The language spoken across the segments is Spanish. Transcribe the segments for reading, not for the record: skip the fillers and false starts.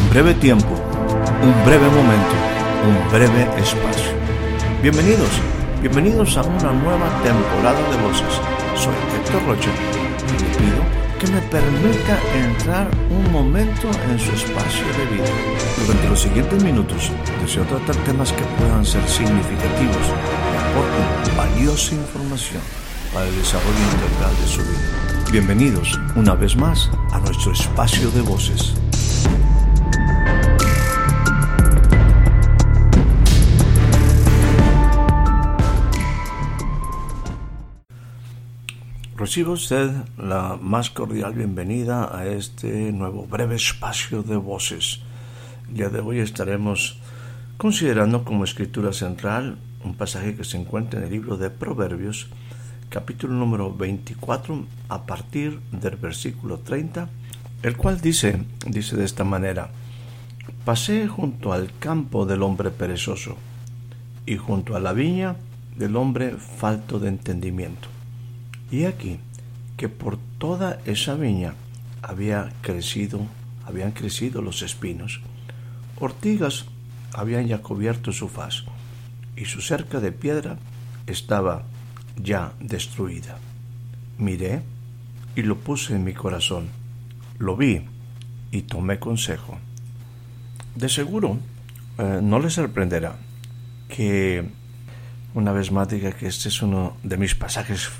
breve tiempo, un breve momento, un breve espacio. Bienvenidos a una nueva temporada de Voces. Soy Héctor Rocha y le pido que me permita entrar un momento en su espacio de vida. Durante los siguientes minutos deseo tratar temas que puedan ser significativos y aporten valiosa información para el desarrollo integral de su vida. Bienvenidos una vez más a nuestro espacio de Voces. Reciba usted la más cordial bienvenida a este nuevo breve espacio de Voces. El día de hoy estaremos considerando como escritura central un pasaje que se encuentra en el libro de Proverbios, capítulo número 24, a partir del versículo 30, el cual dice de esta manera: Pasé junto al campo del hombre perezoso y junto a la viña del hombre falto de entendimiento. Y aquí que por toda esa viña habían crecido los espinos, ortigas habían ya cubierto su faz, y su cerca de piedra estaba ya destruida. Miré y lo puse en mi corazón, lo vi y tomé consejo. De seguro no les sorprenderá que una vez más diga que este es uno de mis pasajes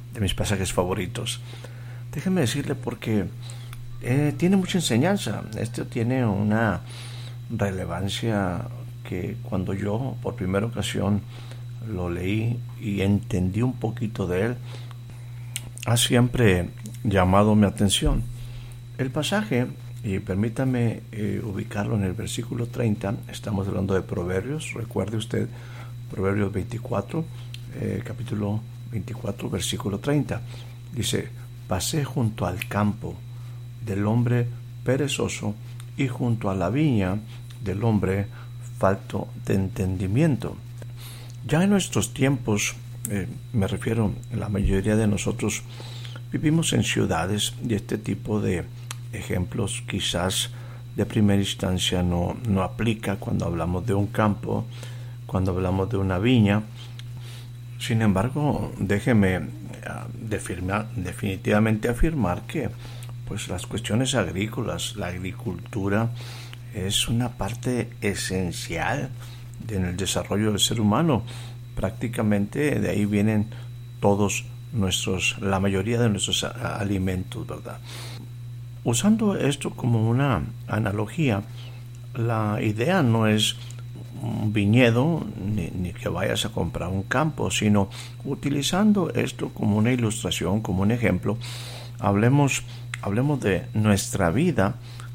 favoritos. Déjeme decirle porque tiene mucha enseñanza. Esto tiene una relevancia que cuando yo por primera ocasión lo leí y entendí un poquito de él, ha siempre llamado mi atención. El pasaje, y permítame ubicarlo en el versículo 30, estamos hablando de Proverbios, recuerde usted, Proverbios 24, capítulo 24, versículo 30, dice: Pasé junto al campo del hombre perezoso y junto a la viña del hombre falto de entendimiento. Ya en nuestros tiempos, me refiero, la mayoría de nosotros vivimos en ciudades y este tipo de ejemplos quizás de primera instancia no aplica cuando hablamos de un campo, cuando hablamos de una viña. Sin embargo, déjeme definitivamente afirmar que pues las cuestiones agrícolas, la agricultura es una parte esencial en el desarrollo del ser humano. Prácticamente de ahí vienen la mayoría de nuestros alimentos, ¿verdad? Usando esto como una analogía, la idea no es un viñedo ni que vayas a comprar un campo, sino utilizando esto como una ilustración, como un ejemplo, hablemos de nuestra vida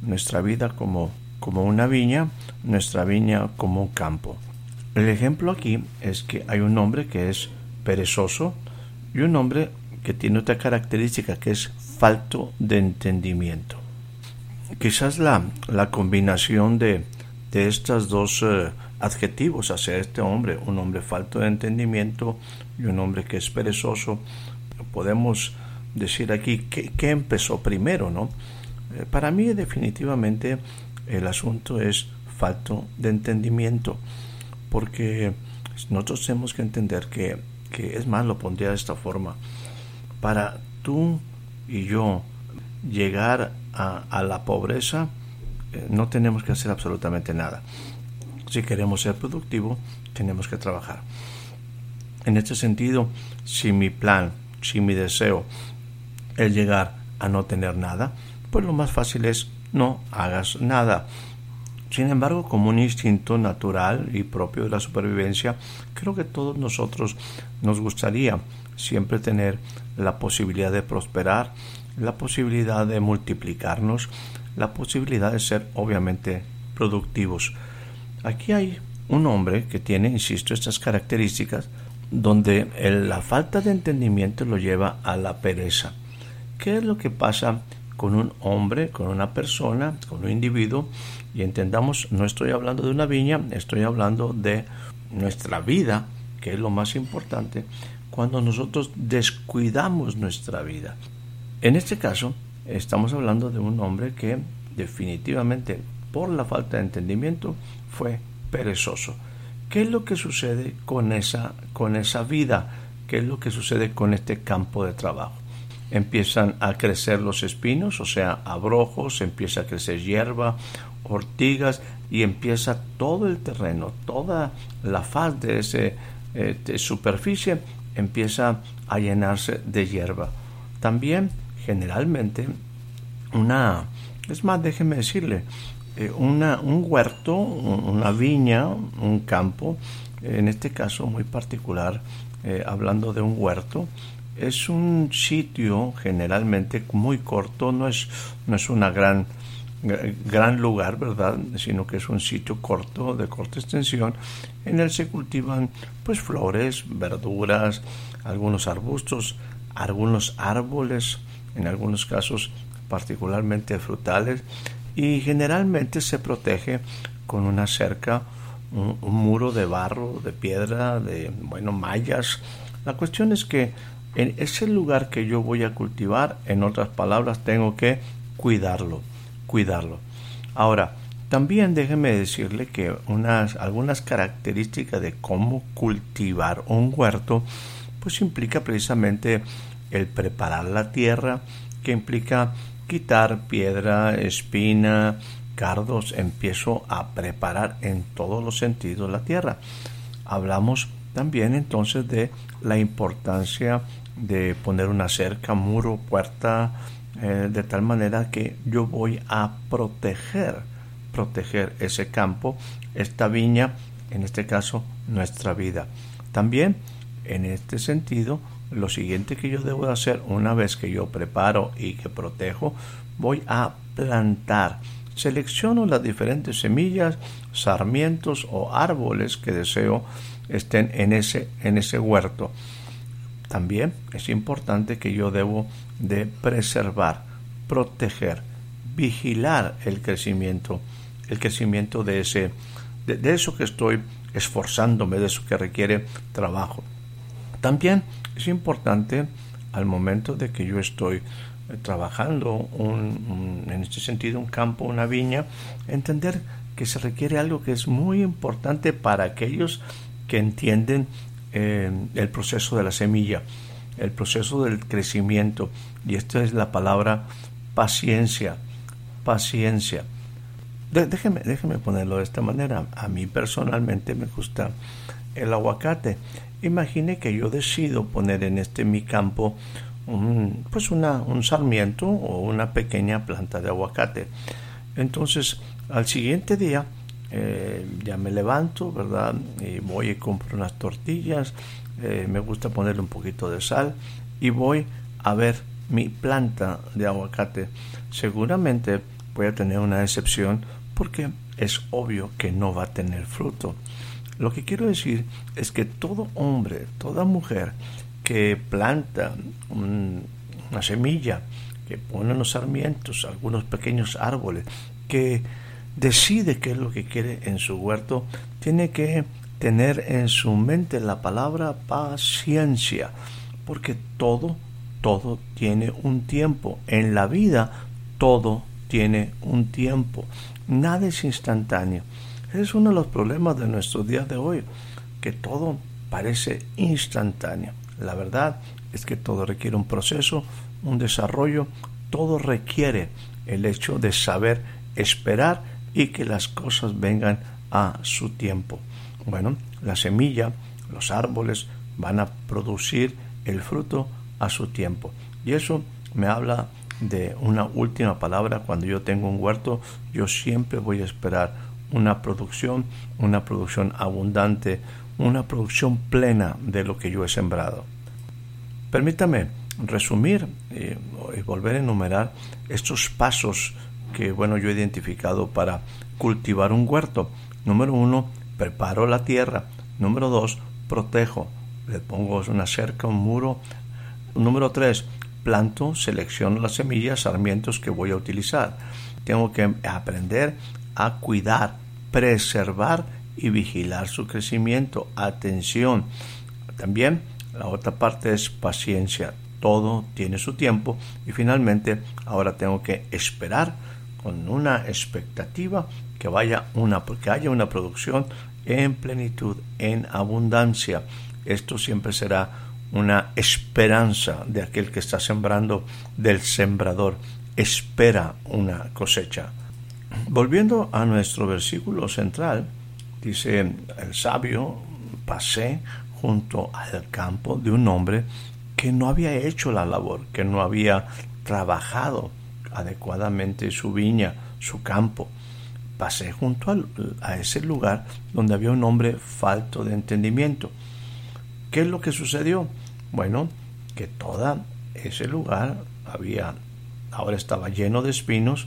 como una viña, nuestra viña como un campo. El ejemplo aquí es que hay un hombre que es perezoso y un hombre que tiene otra característica que es falto de entendimiento. Quizás la combinación de estas dos adjetivos hacia este hombre, un hombre falto de entendimiento y un hombre que es perezoso, podemos decir aquí que empezó primero, ¿no? Para mí definitivamente el asunto es falto de entendimiento, porque nosotros tenemos que entender que es más, lo pondría de esta forma: para tú y yo llegar a la pobreza, no tenemos que hacer absolutamente nada. Si queremos ser productivos, tenemos que trabajar. En este sentido, si mi plan, si mi deseo es llegar a no tener nada, pues lo más fácil es no hagas nada. Sin embargo, como un instinto natural y propio de la supervivencia, creo que todos nosotros nos gustaría siempre tener la posibilidad de prosperar, la posibilidad de multiplicarnos, la posibilidad de ser obviamente productivos. Aquí hay un hombre que tiene, insisto, estas características donde la falta de entendimiento lo lleva a la pereza. ¿Qué es lo que pasa con un hombre, con una persona, con un individuo? Y entendamos, no estoy hablando de una viña, estoy hablando de nuestra vida, que es lo más importante, cuando nosotros descuidamos nuestra vida. En este caso, estamos hablando de un hombre que definitivamente por la falta de entendimiento, fue perezoso. ¿Qué es lo que sucede con esa vida? ¿Qué es lo que sucede con este campo de trabajo? Empiezan a crecer los espinos, o sea, abrojos, empieza a crecer hierba, ortigas, y empieza todo el terreno, toda la faz de esa superficie empieza a llenarse de hierba. También, generalmente, déjeme decirle, un huerto, una viña, un campo, en este caso muy particular, hablando de un huerto, es un sitio generalmente muy corto, no es una gran lugar, ¿verdad? Sino que es un sitio corto, de corta extensión, en el que se cultivan pues flores, verduras, algunos arbustos, algunos árboles, en algunos casos particularmente frutales, y generalmente se protege con una cerca, un muro de barro, de piedra, mallas. La cuestión es que en ese lugar que yo voy a cultivar, en otras palabras, tengo que cuidarlo. Ahora, también déjeme decirle que algunas características de cómo cultivar un huerto, pues implica precisamente el preparar la tierra, que implica quitar piedra, espina, cardos. Empiezo a preparar en todos los sentidos la tierra. Hablamos también entonces de la importancia de poner una cerca, muro, puerta, de tal manera que yo voy a proteger ese campo, esta viña, en este caso nuestra vida. También en este sentido, lo siguiente que yo debo de hacer una vez que yo preparo y que protejo, voy a plantar. Selecciono las diferentes semillas, sarmientos o árboles que deseo estén en ese huerto. También es importante que yo debo de preservar, proteger, vigilar el crecimiento de eso que estoy esforzándome, de eso que requiere trabajo. También es importante, al momento de que yo estoy trabajando en este sentido un campo, una viña, entender que se requiere algo que es muy importante para aquellos que entienden el proceso de la semilla, el proceso del crecimiento, y esta es la palabra paciencia. Déjeme ponerlo de esta manera. A mí personalmente me gusta el aguacate. Imagine que yo decido poner en mi campo un sarmiento o una pequeña planta de aguacate. Entonces, al siguiente día ya me levanto, ¿verdad? Y voy y compro unas tortillas, me gusta ponerle un poquito de sal y voy a ver mi planta de aguacate. Seguramente voy a tener una decepción porque es obvio que no va a tener fruto. Lo que quiero decir es que todo hombre, toda mujer que planta una semilla, que pone unos sarmientos, algunos pequeños árboles, que decide qué es lo que quiere en su huerto, tiene que tener en su mente la palabra paciencia, porque todo tiene un tiempo. En la vida todo tiene un tiempo, nada es instantáneo. Es uno de los problemas de nuestros días de hoy, que todo parece instantáneo. La verdad es que todo requiere un proceso, un desarrollo, todo requiere el hecho de saber esperar y que las cosas vengan a su tiempo. Bueno, la semilla, los árboles van a producir el fruto a su tiempo. Y eso me habla de una última palabra. Cuando yo tengo un huerto, yo siempre voy a esperar una producción abundante, una producción plena de lo que yo he sembrado. Permítame resumir y volver a enumerar estos pasos que yo he identificado para cultivar un huerto. Número 1, preparo la tierra. Número 2, protejo. Le pongo una cerca, un muro. Número 3, planto, selecciono las semillas, sarmientos que voy a utilizar. Tengo que aprender a cuidar, preservar y vigilar su crecimiento. Atención. También la otra parte es paciencia. Todo tiene su tiempo. Y finalmente, ahora tengo que esperar con una expectativa que haya una producción en plenitud, en abundancia. Esto siempre será una esperanza de aquel que está sembrando, del sembrador. Espera una cosecha. Volviendo a nuestro versículo central, dice: el sabio pasé junto al campo de un hombre que no había hecho la labor, que no había trabajado adecuadamente su viña, su campo. Pasé junto a ese lugar donde había un hombre falto de entendimiento. ¿Qué es lo que sucedió? Bueno, que todo ese lugar ahora estaba lleno de espinos.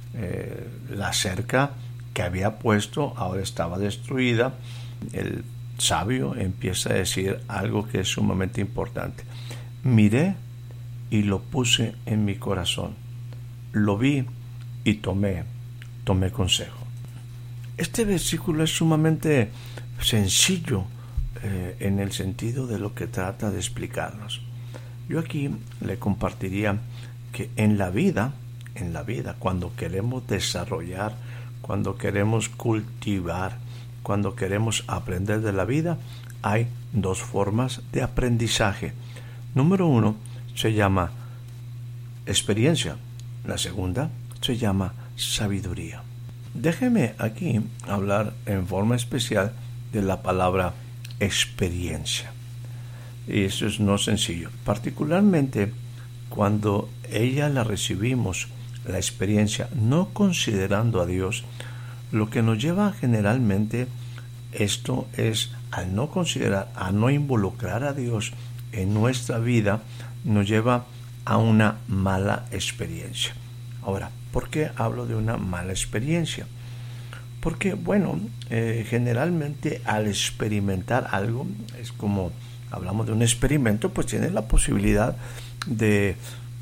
La cerca que había puesto ahora estaba destruida. El sabio empieza a decir algo que es sumamente importante: miré y lo puse en mi corazón, lo vi y tomé consejo. Este versículo es sumamente sencillo en el sentido de lo que trata de explicarnos. Yo aquí le compartiría que en la vida, cuando queremos desarrollar, cuando queremos cultivar, cuando queremos aprender de la vida, hay dos formas de aprendizaje. Número uno se llama experiencia, la segunda se llama sabiduría. Déjeme aquí hablar en forma especial de la palabra experiencia. Y eso es no sencillo, particularmente cuando ella la recibimos, la experiencia, no considerando a Dios. Lo que nos lleva generalmente esto es, al no considerar, a no involucrar a Dios en nuestra vida, nos lleva a una mala experiencia. Ahora, ¿por qué hablo de una mala experiencia? Porque, bueno, generalmente al experimentar algo, es como hablamos de un experimento, pues tienes la posibilidad de,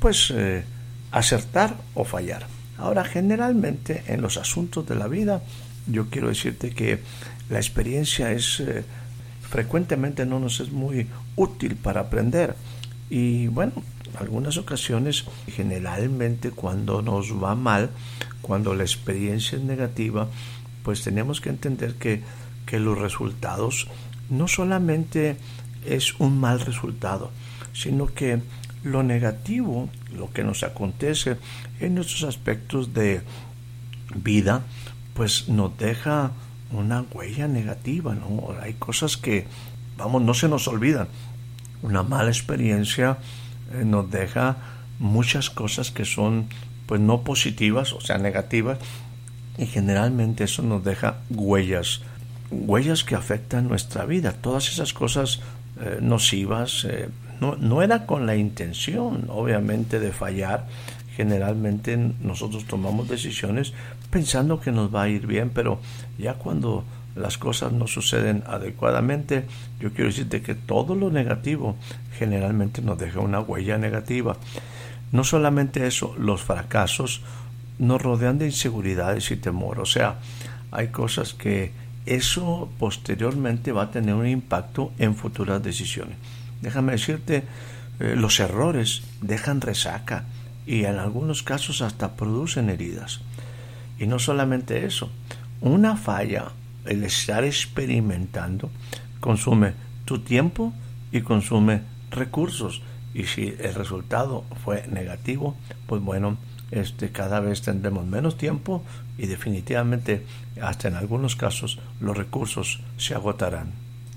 acertar o fallar. Ahora, generalmente en los asuntos de la vida, yo quiero decirte que la experiencia frecuentemente no nos es muy útil para aprender. Y bueno, en algunas ocasiones, generalmente cuando nos va mal, cuando la experiencia es negativa, pues tenemos que entender que los resultados no solamente es un mal resultado, sino que lo negativo, lo que nos acontece en nuestros aspectos de vida, pues nos deja una huella negativa, ¿no? Hay cosas que, no se nos olvidan. Una mala experiencia nos deja muchas cosas que son, pues, no positivas, o sea, negativas, y generalmente eso nos deja huellas que afectan nuestra vida. Todas esas cosas nocivas, no era con la intención, obviamente, de fallar. Generalmente nosotros tomamos decisiones pensando que nos va a ir bien, pero ya cuando las cosas no suceden adecuadamente, yo quiero decirte que todo lo negativo generalmente nos deja una huella negativa. No solamente eso, los fracasos nos rodean de inseguridades y temor. O sea, hay cosas que eso posteriormente va a tener un impacto en futuras decisiones. Déjame decirte, los errores dejan resaca y en algunos casos hasta producen heridas. Y no solamente eso, una falla, el estar experimentando, consume tu tiempo y consume recursos. Y si el resultado fue negativo, pues bueno, cada vez tendremos menos tiempo y definitivamente, hasta en algunos casos, los recursos se agotarán.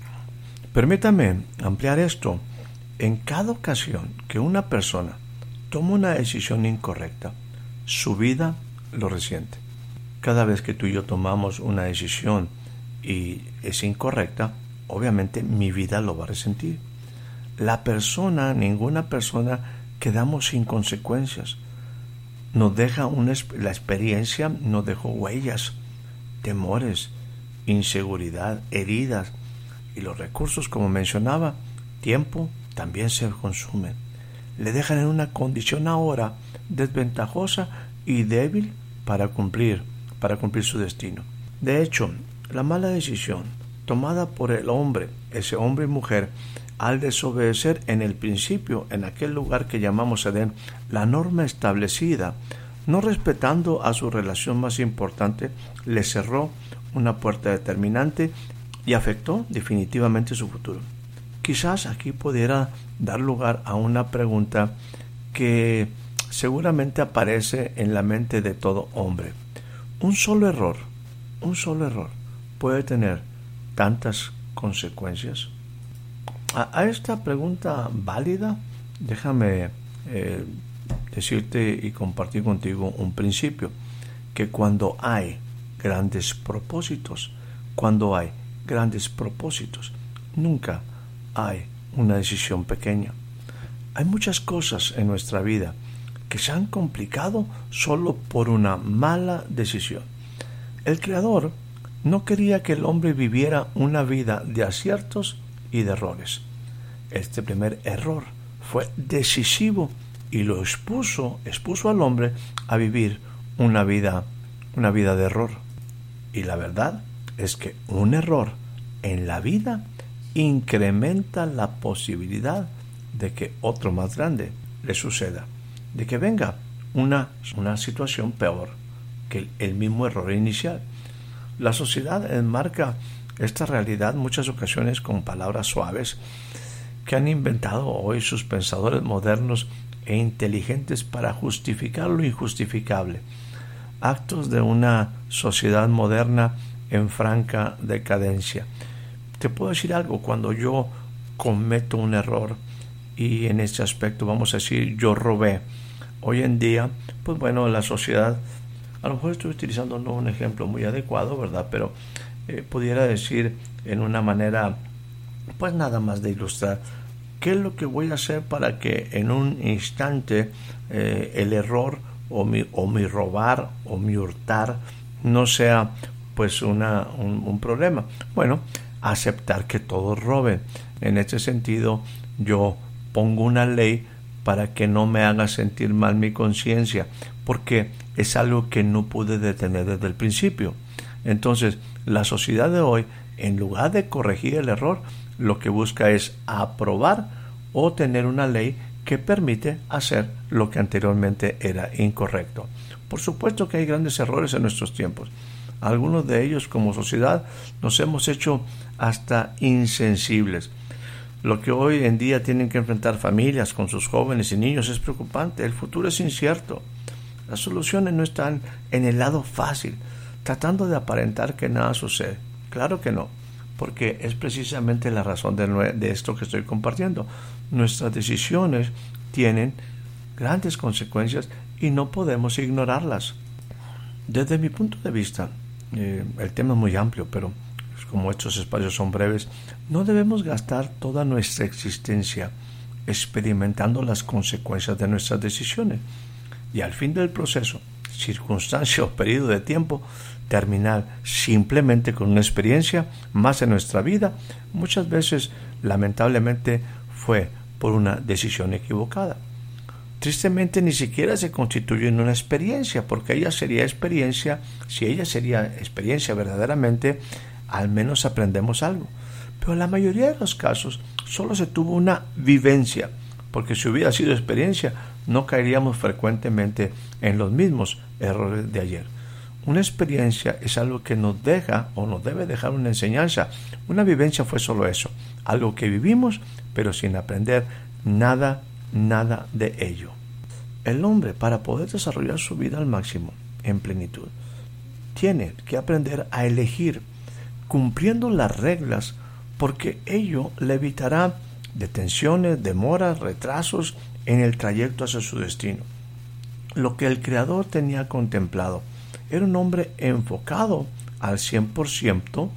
Permítame ampliar esto. En cada ocasión que una persona toma una decisión incorrecta, su vida lo resiente. Cada vez que tú y yo tomamos una decisión y es incorrecta, obviamente mi vida lo va a resentir. Ninguna persona quedamos sin consecuencias. Nos deja la experiencia nos dejó huellas, temores, inseguridad, heridas, y los recursos, como mencionaba, tiempo, también se consumen. Le dejan en una condición ahora desventajosa y débil para cumplir su destino. De hecho, la mala decisión tomada por el hombre, ese hombre y mujer, al desobedecer en el principio, en aquel lugar que llamamos Edén, la norma establecida no respetando a su relación más importante, le cerró una puerta determinante y afectó definitivamente su futuro. Quizás aquí pudiera dar lugar a una pregunta que seguramente aparece en la mente de todo hombre. Un solo error puede tener tantas consecuencias. A esta pregunta válida, déjame decirte y compartir contigo un principio, que cuando hay grandes propósitos, nunca hay una decisión pequeña. Hay muchas cosas en nuestra vida que se han complicado solo por una mala decisión. El Creador no quería que el hombre viviera una vida de aciertos y de errores. Este primer error fue decisivo y lo expuso al hombre a vivir una vida de error. Y la verdad es que un error en la vida incrementa la posibilidad de que otro más grande le suceda, de que venga una situación peor que el mismo error inicial. La sociedad enmarca esta realidad en muchas ocasiones con palabras suaves que han inventado hoy sus pensadores modernos e inteligentes para justificar lo injustificable. Actos de una sociedad moderna en franca decadencia. Te puedo decir algo, cuando yo cometo un error y en este aspecto vamos a decir yo robé, hoy en día, pues bueno, la sociedad, a lo mejor estoy utilizando no un ejemplo muy adecuado, ¿verdad? Pero pudiera decir en una manera, pues nada más de ilustrar, ¿qué es lo que voy a hacer para que en un instante el error o mi robar o mi hurtar no sea pues un problema? Bueno, aceptar que todos roben. En este sentido, yo pongo una ley para que no me haga sentir mal mi conciencia, porque es algo que no pude detener desde el principio. Entonces, la sociedad de hoy, en lugar de corregir el error, lo que busca es aprobar o tener una ley que permite hacer lo que anteriormente era incorrecto. Por supuesto que hay grandes errores en nuestros tiempos. Algunos de ellos, como sociedad, nos hemos hecho hasta insensibles. Lo que hoy en día tienen que enfrentar familias con sus jóvenes y niños es preocupante. El futuro es incierto. Las soluciones no están en el lado fácil, tratando de aparentar que nada sucede. Claro que no, porque es precisamente la razón de esto que estoy compartiendo. Nuestras decisiones tienen grandes consecuencias y no podemos ignorarlas. Desde mi punto de vista, el tema es muy amplio, pero como estos espacios son breves, no debemos gastar toda nuestra existencia experimentando las consecuencias de nuestras decisiones y al fin del proceso, circunstancia o periodo de tiempo, terminar simplemente con una experiencia más en nuestra vida, muchas veces lamentablemente fue por una decisión equivocada. Tristemente ni siquiera se constituye en una experiencia, porque ella sería experiencia, si ella sería experiencia verdaderamente, al menos aprendemos algo. Pero en la mayoría de los casos solo se tuvo una vivencia, porque si hubiera sido experiencia no caeríamos frecuentemente en los mismos errores de ayer. Una experiencia es algo que nos deja o nos debe dejar una enseñanza. Una vivencia fue solo eso, algo que vivimos pero sin aprender nada de ello. El hombre, para poder desarrollar su vida al máximo, en plenitud, tiene que aprender a elegir cumpliendo las reglas, porque ello le evitará detenciones, demoras, retrasos en el trayecto hacia su destino. Lo que el Creador tenía contemplado era un hombre enfocado al 100%,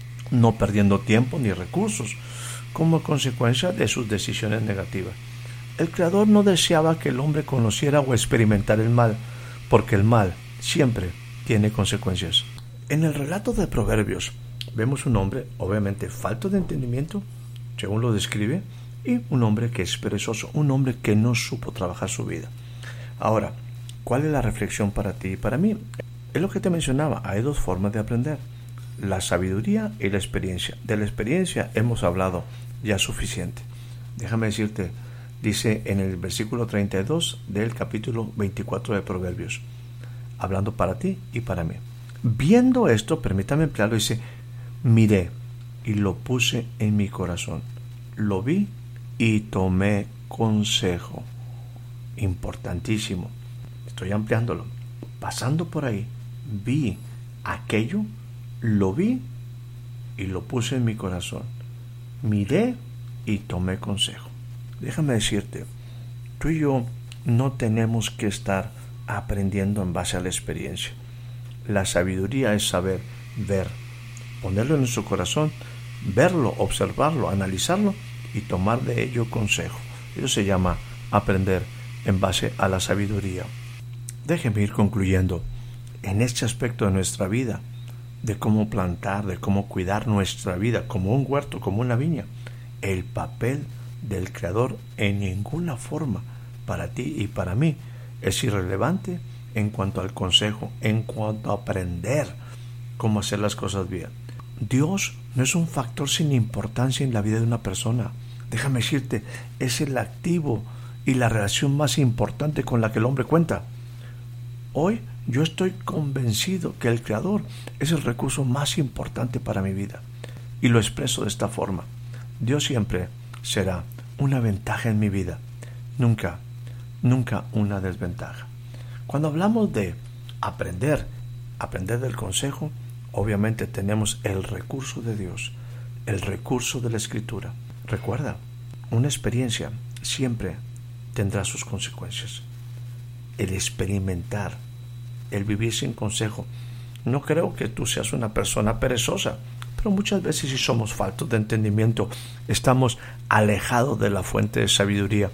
no perdiendo tiempo ni recursos, como consecuencia de sus decisiones negativas. El Creador no deseaba que el hombre conociera o experimentara el mal, porque el mal siempre tiene consecuencias. En el relato de Proverbios vemos un hombre obviamente falto de entendimiento, según lo describe, y un hombre que es perezoso, un hombre que no supo trabajar su vida. Ahora, ¿cuál es la reflexión para ti y para mí? Es lo que te mencionaba, hay dos formas de aprender, la sabiduría y la experiencia. De la experiencia hemos hablado ya suficiente. Déjame decirte, dice en el versículo 32 del capítulo 24 de Proverbios: hablando para ti y para mí. Viendo esto, permítame emplearlo, dice, miré y lo puse en mi corazón. Lo vi y tomé consejo. Importantísimo. Estoy ampliándolo. Pasando por ahí, vi aquello, lo vi y lo puse en mi corazón. Miré y tomé consejo. Déjame decirte, tú y yo no tenemos que estar aprendiendo en base a la experiencia. La sabiduría es saber ver, ponerlo en nuestro corazón, verlo, observarlo, analizarlo y tomar de ello consejo. Eso se llama aprender en base a la sabiduría. Déjenme ir concluyendo en este aspecto de nuestra vida, de cómo plantar, de cómo cuidar nuestra vida como un huerto, como una viña. El papel del Creador en ninguna forma para ti y para mí es irrelevante en cuanto al consejo, en cuanto a aprender cómo hacer las cosas bien. Dios no es un factor sin importancia en la vida de una persona. Déjame decirte, es el activo y la relación más importante con la que el hombre cuenta. Hoy yo estoy convencido que el Creador es el recurso más importante para mi vida. Y lo expreso de esta forma. Dios siempre será una ventaja en mi vida. Nunca una desventaja. Cuando hablamos de aprender del consejo, obviamente tenemos el recurso de Dios, el recurso de la Escritura. Recuerda, una experiencia siempre tendrá sus consecuencias. El experimentar, el vivir sin consejo. No creo que tú seas una persona perezosa, pero muchas veces si somos faltos de entendimiento, estamos alejados de la fuente de sabiduría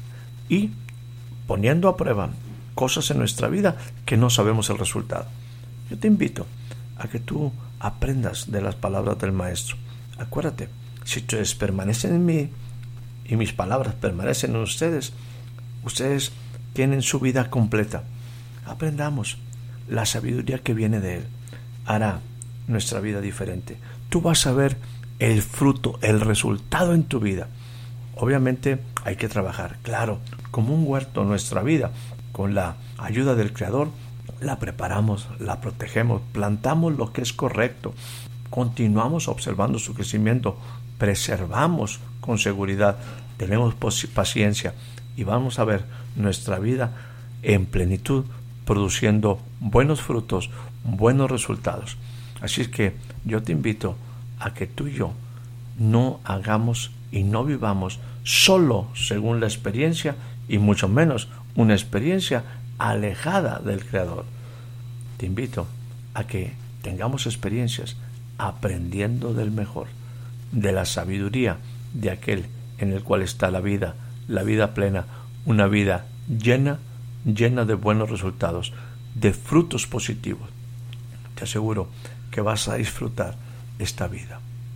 y poniendo a prueba cosas en nuestra vida que no sabemos el resultado. Yo te invito a que tú aprendas de las palabras del Maestro. Acuérdate, si ustedes permanecen en mí y mis palabras permanecen en ustedes, ustedes tienen su vida completa. Aprendamos. La sabiduría que viene de Él hará nuestra vida diferente. Tú vas a ver el fruto, el resultado en tu vida. Obviamente hay que trabajar, claro, como un huerto nuestra vida. Con la ayuda del Creador la preparamos, la protegemos, plantamos lo que es correcto, continuamos observando su crecimiento, preservamos con seguridad, tenemos paciencia y vamos a ver nuestra vida en plenitud, produciendo buenos frutos, buenos resultados. Así es que yo te invito a que tú y yo no hagamos y no vivamos solo según la experiencia y mucho menos una experiencia alejada del Creador. Te invito a que tengamos experiencias aprendiendo del mejor, de la sabiduría de aquel en el cual está la vida plena, una vida llena de buenos resultados, de frutos positivos. Te aseguro que vas a disfrutar esta vida.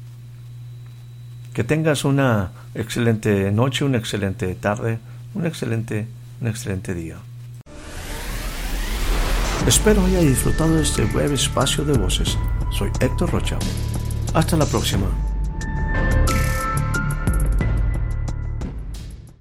Que tengas una excelente noche, una excelente tarde, un excelente día. Espero haya disfrutado de este breve espacio de voces. Soy Héctor Rocha. Hasta la próxima.